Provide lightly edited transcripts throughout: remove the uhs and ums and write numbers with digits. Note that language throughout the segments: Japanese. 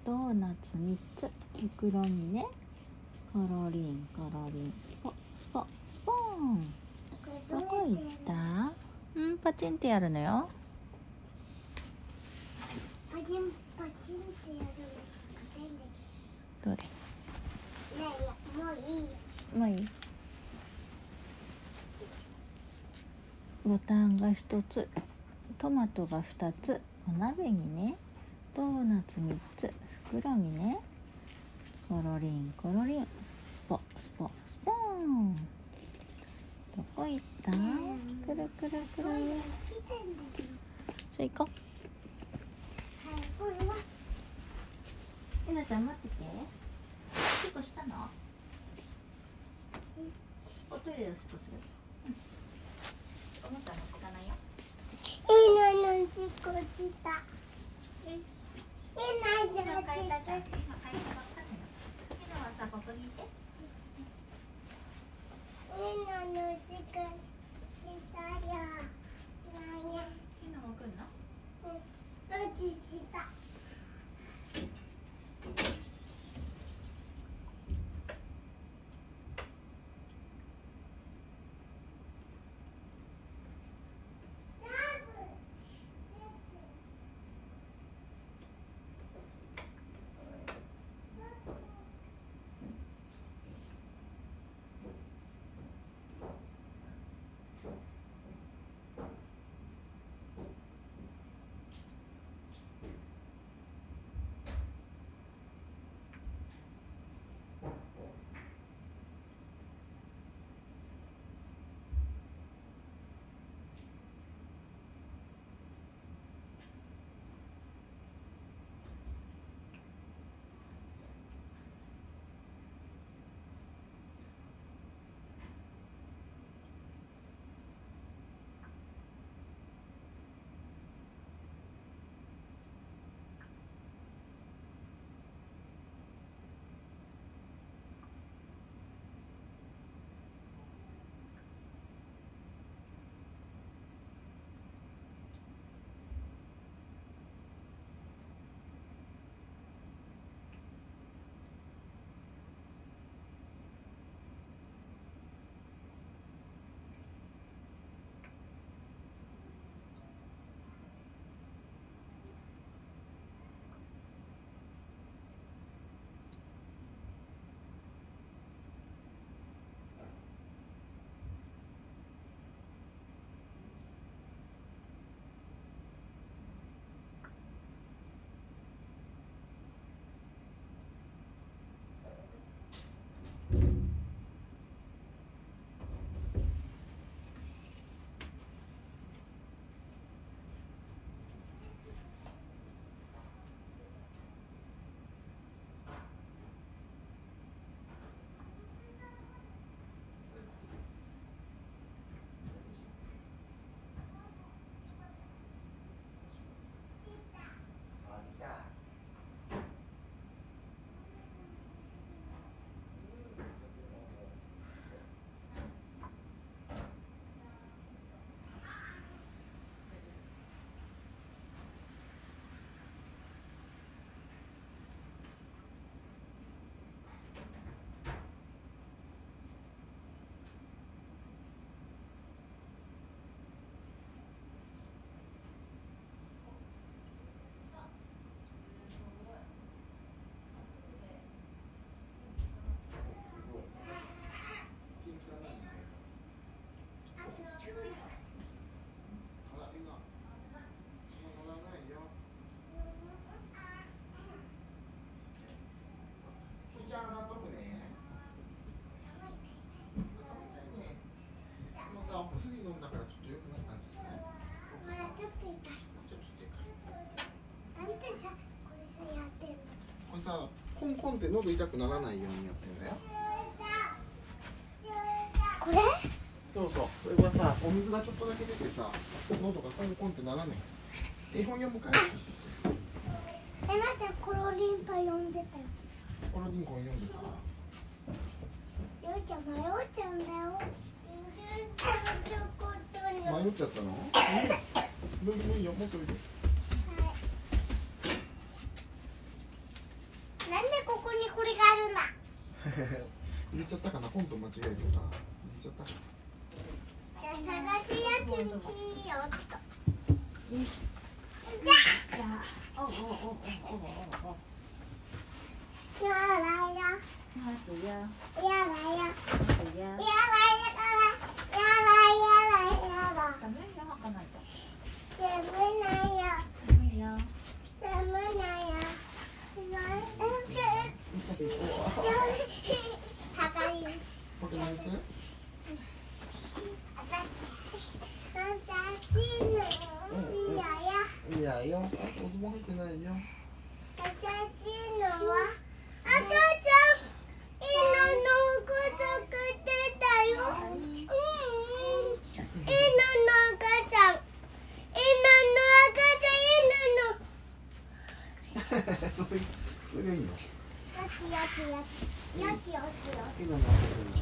ドーナツ3つ袋にね、コロリンコロリン、スポスポスポーン。どこ行った？パチンってやるのよ。 パチンってやるの。 どれ？ もういいよ。 もういい？ボタンが1つ、トマトが2つ、お鍋にね、ドーナツ3つ袋にね、コロリンコロリン、スポスポスポーン。どこ行った？くるくるくる。じゃあ行こう。えなちゃん待ってて。おしっこしたの？おトイレでおしっこする？おもちゃ持ってかないよ。 のしっこした。 今変えたじゃん。今変えたばっかりだよ。えなはさ、ここにいて。 のしっこしたよ。 えなも来んの？ した。 コンコンって喉痛くならないようにやってんだよ。 これ？ そうそう、それはさ、お水がちょっとだけ出てさ、喉がコンコンってならない。絵本読むかい？ 待って、コロリンパ読んでたよ。 コロリンコ読んでた。 よいちゃん迷っちゃうんだよ。 迷っちゃったの？どうでもいいよ、もっといいよ。 入れちゃったかな、ポンと間違えてさ、入れちゃったか探しやつにしようっと。 よし。じゃあ、お。 やだや。 あとや。 やだや。 あとや。 やだやだダメよ、吐かないと。 眠いないよ。 ダメよ。 眠いないよ。はかります。 わかります？いやよ、おズボン入ってないよ。 赤ちゃん、今のことくってたよ。今の赤ちゃん。 それがいいの。 よき。 今の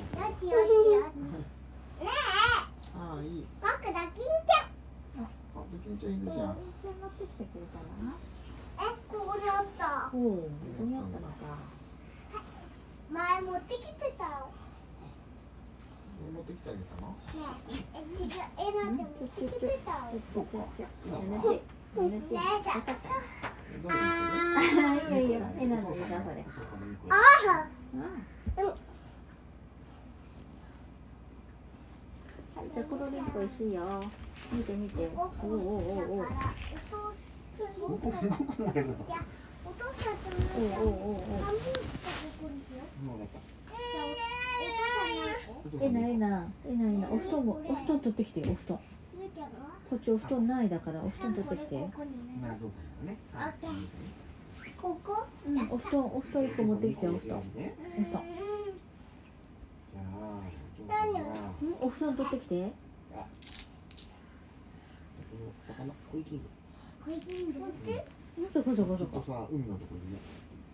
ああ、いい。 僕だ金ちゃん。 あ、ドキンちゃんいるじゃん。 持ってきてくれたな。 こうなった。 おお、ここにあったのか。 前持ってきてたよ。 持ってきてあげたの？ エナちゃん持ってきてたよ。 嬉しい。 ねえじゃどうです？ いいよいいよ。えなのじゃそれ。 ああ。 はい、じゃあコロリンコ石いよ。見て見て。おお。 お父さんと半分したここにしよう。 えな、お布団取ってきてよ、お布団。こっちお布団ないだからお布団取ってきて。 ここ？ お布団一個持ってきてお布団。お布団取ってきて。そこ。 ちょっとさ、海のとこにね。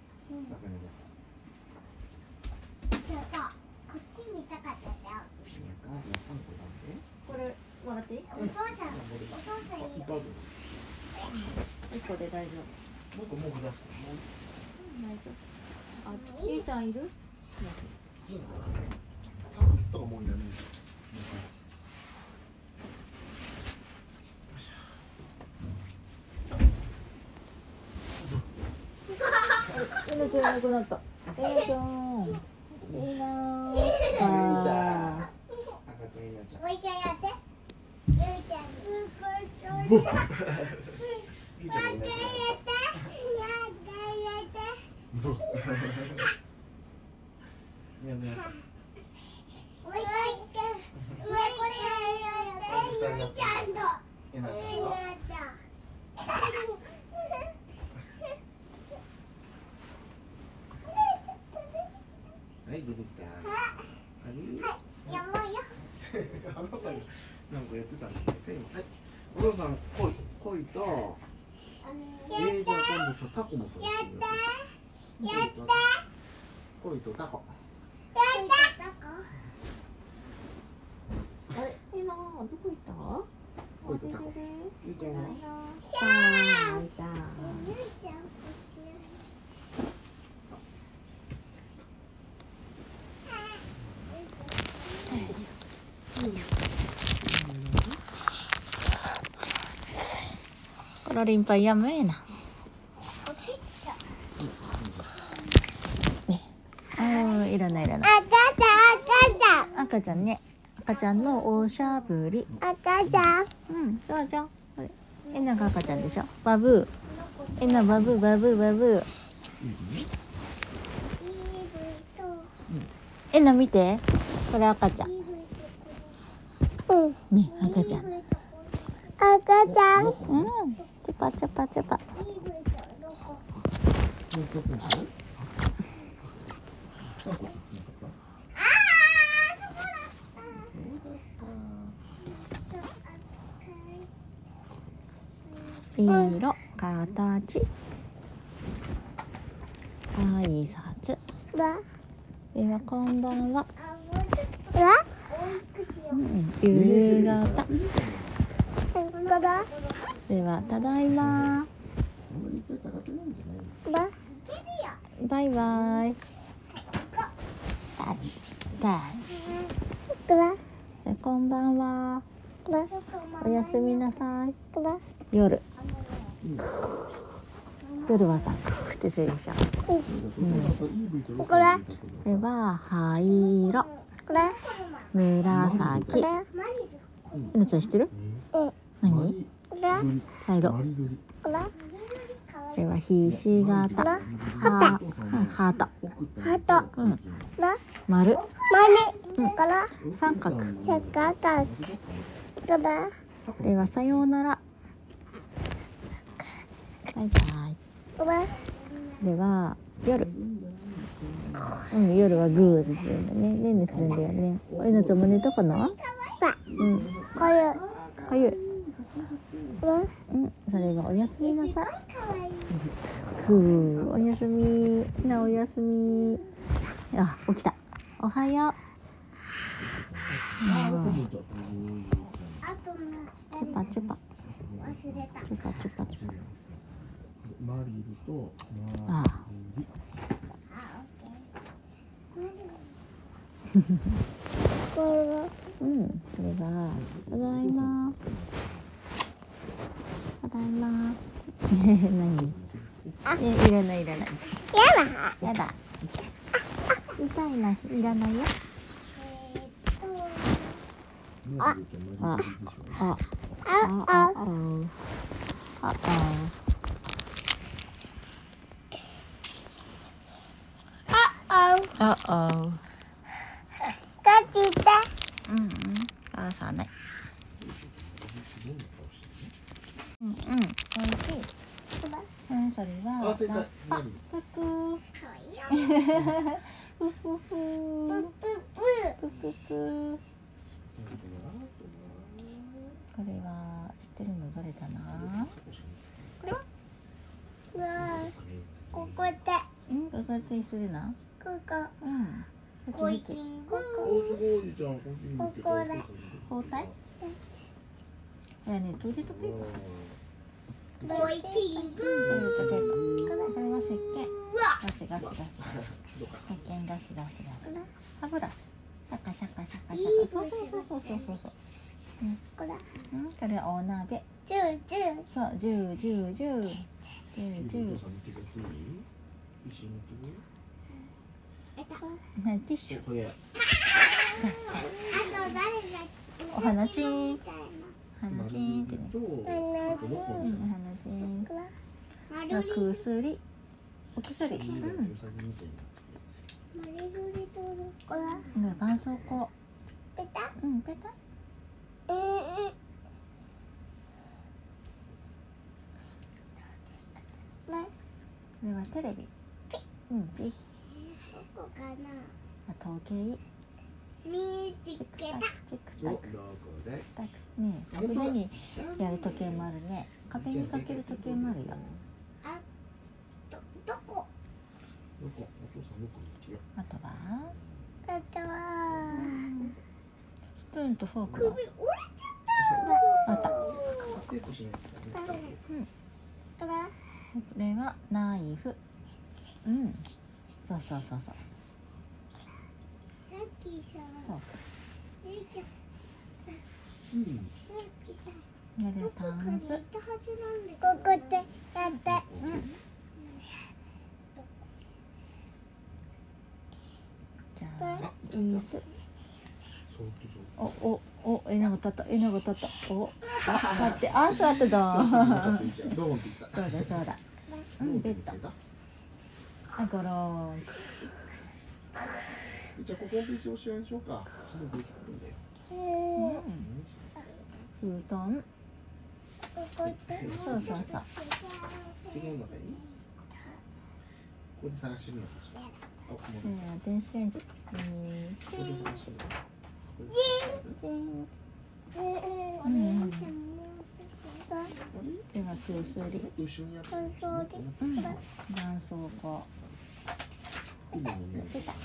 こっち見たかったよ。 これもらっていい？ お父さんいる。 一個で大丈夫。 もっともう出す。 大丈夫。あ、ゆいちゃんいる？ とかもういらない。 えなちゃんいなくなった。えなちゃん。いなー。 もう一回やって。ゆいちゃん。 ゆいちゃんごめんなさい。やめやえなちゃんとはい、出てきた。あれ？ やもうよ。 あなたがなんかやってたんだよね。はい。お父さん、鯉と、じゃあ今度さ、タコもそう。 やった鯉とタコ。 あれ、えなー、どこ行った？ 鯉とタコ。ゆいちゃんは。 いた。コロリンパイやむえな。いらない。赤ちゃんね。赤ちゃんのおしゃぶり。 赤ちゃん。 そうじゃん。えなが赤ちゃんでしょ。バブー。えなバブー。えな見て。これ赤ちゃん。ね、赤ちゃん。チャパ。色、形、挨拶。ではこんばんは。夕方。ではただいま。バイバイ。タッチ。 タッチ。 これこんばんは。 これおやすみなさい。 これ夜。夜はさ、クってするでしょ。 これこれは灰色、 これ紫。なつ知ってる？何？ これ茶色。 これこれはひし形。ハート。 ハートうん。 これ丸。 これ三角。 せっかくこれこれはさようなら。バイバイ。 これこれは夜。夜はグーズするんだね。ねんねするんだよね。おいなちゃんも寝たかな？ こかゆい。それがおやすみなさい。おやすみ。おやすみ。あ、起きた。おはよう。チュパチュパ。チュパチュパチュパ。 マリルとああ。 これそれがただいま。ただいま。何？いらない。やだ。痛いな、いらないよ。母さんね。おいしい。それは正解。何？ ぷくぷぷぷこれは知ってるのどれだな？これは？ ここでここついするの？ こここれこおすごいじゃん。 ここで包帯？これはね、トイレットペーパー。 ボイキングこれは石鹸。ガシガシ。石鹸ガシガシ。歯ブラシ。シャカシャカ。そう。 これこれはお鍋。 ジュそう、ジュー。 お父さん見てくれていい？一緒にやってティッシュ。 くれ。 お花チーン。花チーンってね。 とお花チーン。薬。お薬。絆創膏。 ペタペタ。これはテレビ。ピ。 ここかな時計。 見つけたどこで？ ねえ、壁にやる時計もあるね。壁にかける時計もあるよ。 どこお父さんどこ行ってよ。 あとはあとはスプーンとフォーク首折れちゃあった。 テープしないとね。 ったこれはナイフ。そう。 さっきさフォーゆいちゃんさっきさク。これはタンス。 ここでやってじゃあ椅子。 そう。 絵の具立った。待って。座ってどう？ ドーンってきた。 そうだ。ベッド。ゴロン。 じゃあここのページをしましょうか。もうできてるんだよ。 布団。そう。 次の中にここで探してみようかしら。 電子レンジ。 ここで探してみよう。 チン。では薬。 後ろにやって絆創膏。出た。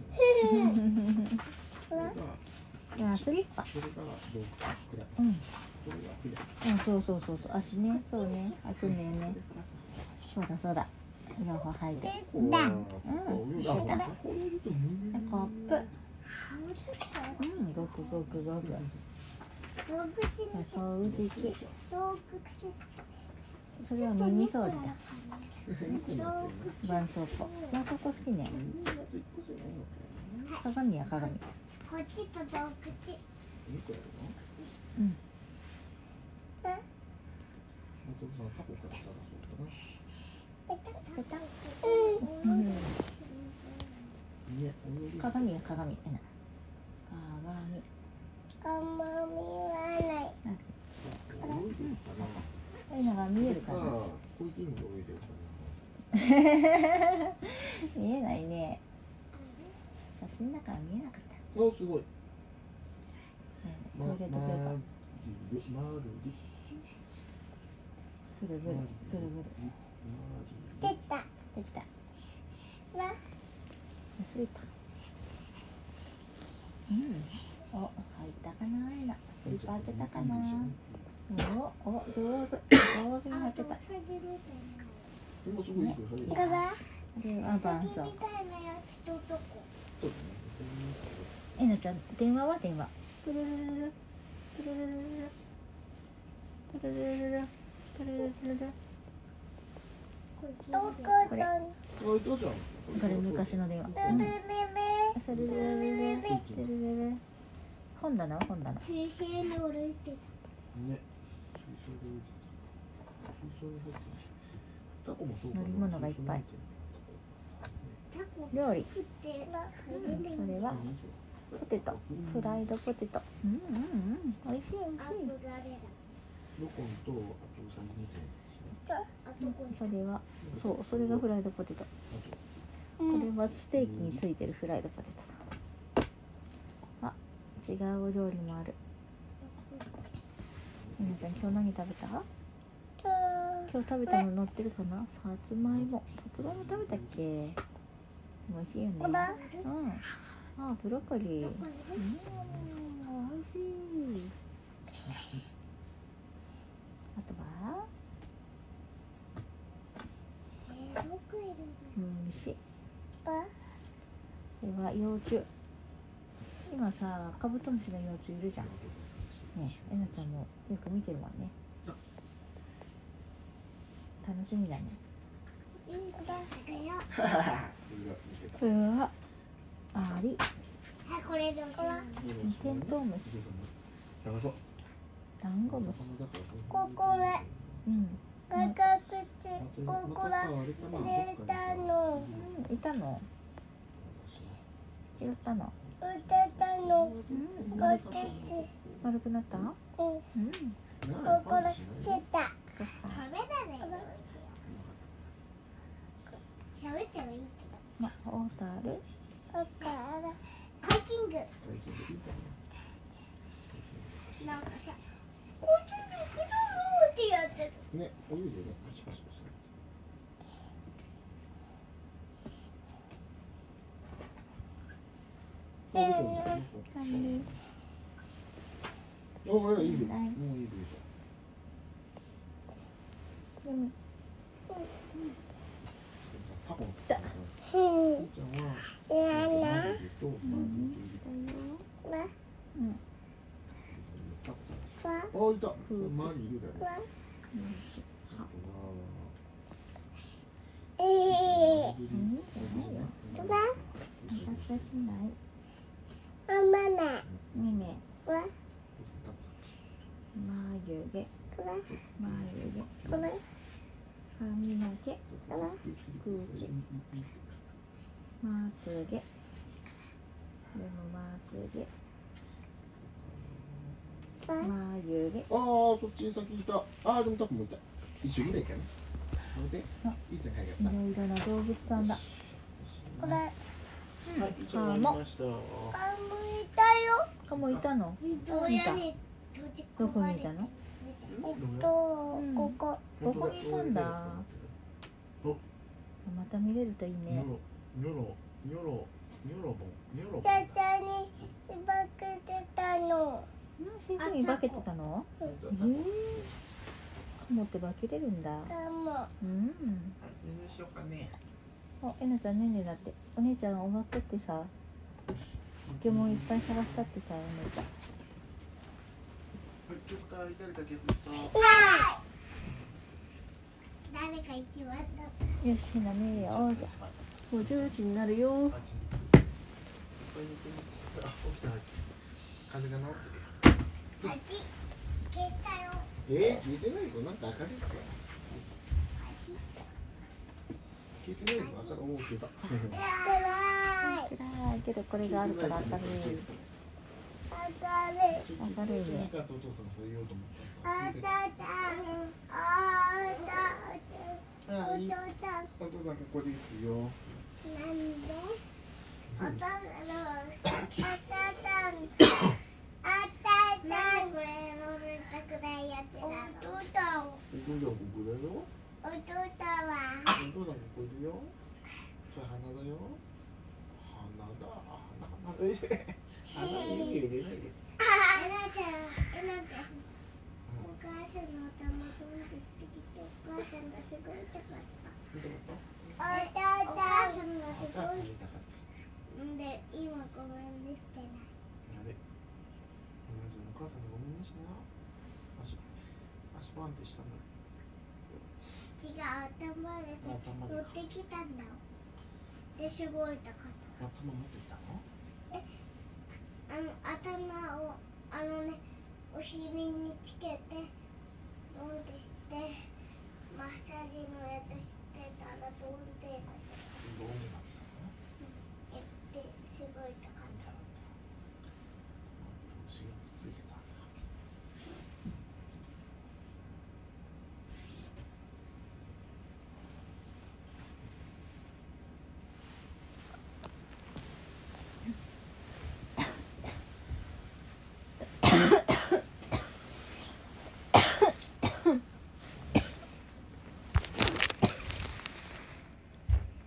ではスリッパ。 それからどうかこれはそう足ね。そうね。開くんだよね。そうだ。両方履いて。コップ。 うんごくごくごく。 洞窟の掃除機。 洞窟それは耳掃除だ。 洞窟絆創膏。絆創膏好きね。 あと一個じゃないのかな。 鏡や鏡。 こっちと洞窟 2個やるの？ うん。 お父さんタコから探そうかな。 ペタ。 うんうん。 ね、泳ぎ。 鏡や鏡。鏡。 鏡はない泳いでるかな。 えなが見えるかな。 ああ、小池に泳いでるか見えないね。写真だから見えなかった。 な。お、すごい。 トイレットペーパー。 マルリ。 ぐるぐるぐるぐる。 出たできた。 わスリッパ。うん。お、入ったかなえな。スリッパ開けたかな。お、上手に開けた。 でもすごいいい子入る。 からこれは絆創膏。 みたいなやつとどこそうだね。 えなちゃん、電話は電話。プルルルルルプルルルルルプルルルルルプルルルルル。 どここれあ、いたじゃん。 これ昔の電話。 ルルルルそれルルルルルルルル。本棚は本棚。 水星に歩いてね。水槽で置いてた。水槽に入ってる。タコもそうかな。 乗り物がいっぱい。 タコ料理。 食って入れないそれはポテト。フライドポテト。うんうんうん。美味しい美味あしい。 と誰だロコンとあとウサギみたいなやつ。 あとこそれはそうそれがフライドポテト。これはステーキについてるフライドポテトだ。あ、違うお料理もある。みなちゃん今日何食べた？今日食べたの載ってるかな？さつまいも。さつまいも食べたっけ？美味しいよね。うん。あ、ブロッコリー。美味しい。あとはどこいる虫。 のこれは幼虫。今さ、カブトムシの幼虫いるじゃん。ねえ、えなちゃんもよく見てるもんね。楽しみだね。これはアリ。 これでもテントウムシ。 探そう。 ダンゴムシ。 ここねうん。 かくてここら出たのいたの？拾ったの？ 出たのこっち丸くなった？うん。 ここら出た食べられる喋ってもいいけま、ホタル。 どカイキングなんかさこっちに行くだろうってやってるね、泳いでね、パシパシパシ。 カニ。 あ、いいよ。 ないもういいよ。 うん。 タコ。 だ。 ちゃんは。マジとマうん。 タコ。あ、いた。マリいるだね。 私ない。めめ。眉毛。眉毛。髪の毛。口。まつげ。でもまつげ。眉毛。 ああ、そっちに先いた。ああ、でもタコもいた。一緒ぐらいかな。待って。いいじゃん、早かった。 いろいろな動物さんだ。 はい、一応終わりました。 カモいたの？ どうやってどこにいたの？ ここここにいたんだ。また見れるといいね。 ニョロボン。 ちゃちゃに化けてたの先生に化けてたの？カモって化けれるんだ。 かもうん。 全然しようかね。 あ、えなちゃんねんねだって。お姉ちゃん終わったってさ。 ポケモンいっぱい探したってさ、お姉ちゃん。 キスか誰かキスした。 誰か一番だ。 よし、ひな寝よう。じゃあ50時になるよ。 あ、起きた。風が治ってるよ。 あっち消したよ。 聞いてないぞ。なんか明るいっすよ。聞いてないぞ。明るい。おお、消えた。 暗いけどこれがあるから明るい。明るいね。 お父さんそう言おうと思ったさ。お父さんここですよ。 なんで？お父さん。これ乗りたくないやつだろ。お父さん。 ここだよ。 お父さんは。 お父さんここいるよ。それ鼻だよ。鼻だ。鼻入れないで。 えなちゃん。お母さんの頭飛んできてお母さんがすごい痛かった。お母さんがすごい。で、今ごめんねしてない。 あれ。お母さんごめんねしな。足パンってしたんだ。 違う、頭でさ、乗ってきたんだ。ですごい痛かった。 頭持ってきたの？ 頭をお尻につけてドンってしてマッサージのやつしてたらドンってどうなってたの？ すごい痛かった。